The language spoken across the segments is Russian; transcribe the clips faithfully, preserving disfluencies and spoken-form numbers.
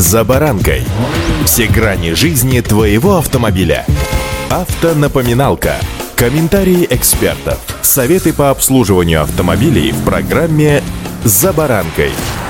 «За баранкой». Все грани жизни твоего автомобиля. Автонапоминалка. Комментарии экспертов. Советы по обслуживанию автомобилей в программе «За баранкой».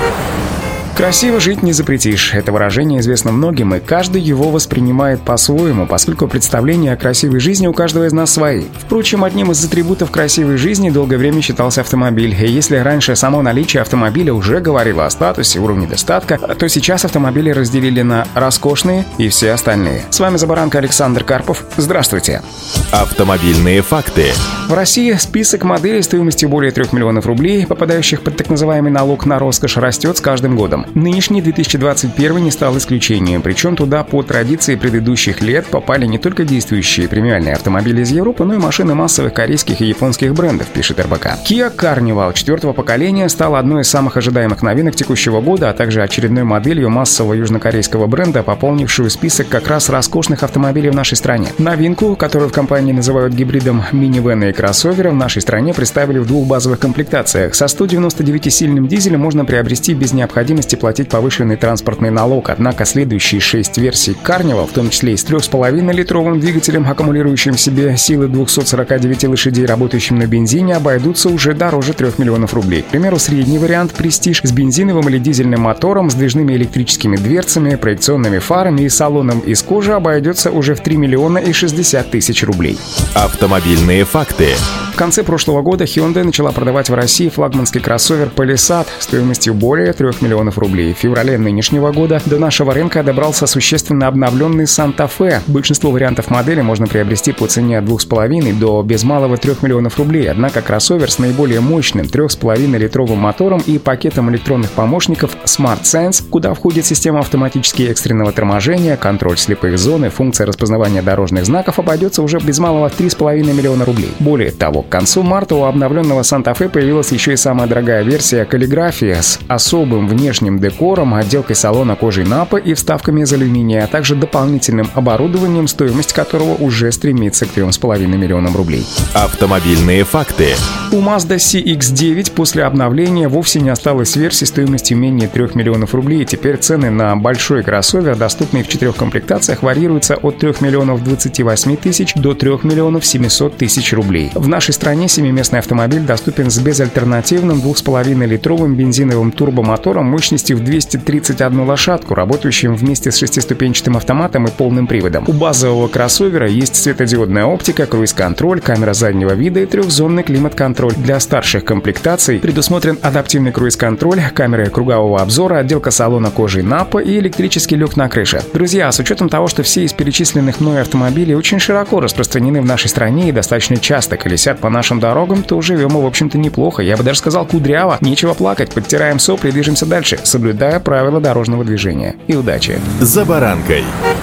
Красиво жить не запретишь. Это выражение известно многим, и каждый его воспринимает по-своему, поскольку представления о красивой жизни у каждого из нас свои. Впрочем, одним из атрибутов красивой жизни долгое время считался автомобиль. И если раньше само наличие автомобиля уже говорило о статусе, уровне достатка, то сейчас автомобили разделили на роскошные и все остальные. С вами «За баранкой» Александр Карпов. Здравствуйте. Автомобильные факты. В России список моделей стоимостью более трех миллионов рублей, попадающих под так называемый налог на роскошь, растет с каждым годом. Нынешний две тысячи двадцать первый не стал исключением, причем туда по традиции предыдущих лет попали не только действующие премиальные автомобили из Европы, но и машины массовых корейских и японских брендов, пишет эр бэ ка. Kia Carnival четвертого поколения стала одной из самых ожидаемых новинок текущего года, а также очередной моделью массового южнокорейского бренда, пополнившую список как раз роскошных автомобилей в нашей стране. Новинку, которую в компании называют гибридом минивэна и кроссовера, в нашей стране представили в двух базовых комплектациях. Со сто девяносто девятисильным дизелем можно приобрести без необходимости платить повышенный транспортный налог, однако следующие шесть версий Carnival, в том числе и с трёх с половиной литровым двигателем, аккумулирующим в себе силы двухсот сорока девяти лошадей, работающим на бензине, обойдутся уже дороже трех миллионов рублей. К примеру, средний вариант Prestige с бензиновым или дизельным мотором, с движными электрическими дверцами, проекционными фарами и салоном из кожи обойдется уже в три миллиона и шестьдесят тысяч рублей. Автомобильные факты. В конце прошлого года Hyundai начала продавать в России флагманский кроссовер Palisade стоимостью более трех миллионов рублей. В феврале нынешнего года до нашего рынка добрался существенно обновленный Santa Fe. Большинство вариантов модели можно приобрести по цене от двух с половиной до без малого трех миллионов рублей. Однако кроссовер с наиболее мощным трех с половиной литровым мотором и пакетом электронных помощников Smart Sense, куда входит система автоматически экстренного торможения, контроль слепых зон и функция распознавания дорожных знаков, обойдется уже без малого в три с половиной миллиона рублей. Более того, к концу марта у обновленного Santa Fe появилась еще и самая дорогая версия каллиграфии с особым внешним декором, отделкой салона кожей Напа и вставками из алюминия, а также дополнительным оборудованием, стоимость которого уже стремится к трем с половиной миллионам рублей. Автомобильные факты. У Mazda си икс девять после обновления вовсе не осталось версий стоимостью менее трех миллионов рублей. Теперь цены на большой кроссовер, доступный в четырех комплектациях, варьируются от трех миллионов двадцати восьми тысяч до трех миллионов семисот тысяч рублей. В нашей стране семиместный автомобиль доступен с безальтернативным двух с половиной литровым бензиновым турбомотором мощностью в двести тридцать одну лошадку, работающим вместе с шестиступенчатым автоматом и полным приводом. У базового кроссовера есть светодиодная оптика, круиз-контроль, камера заднего вида и трехзонный климат-контроль. Для старших комплектаций предусмотрен адаптивный круиз-контроль, камеры кругового обзора, отделка салона кожей Напа и электрический люк на крыше. Друзья, с учетом того, что все из перечисленных мной автомобилей очень широко распространены в нашей стране и достаточно часто колесят по нашим дорогам, то живем мы, в общем-то, неплохо. Я бы даже сказал, кудряво. Нечего плакать, подтираем сопли и движемся дальше, соблюдая правила дорожного движения. И удачи! «За баранкой».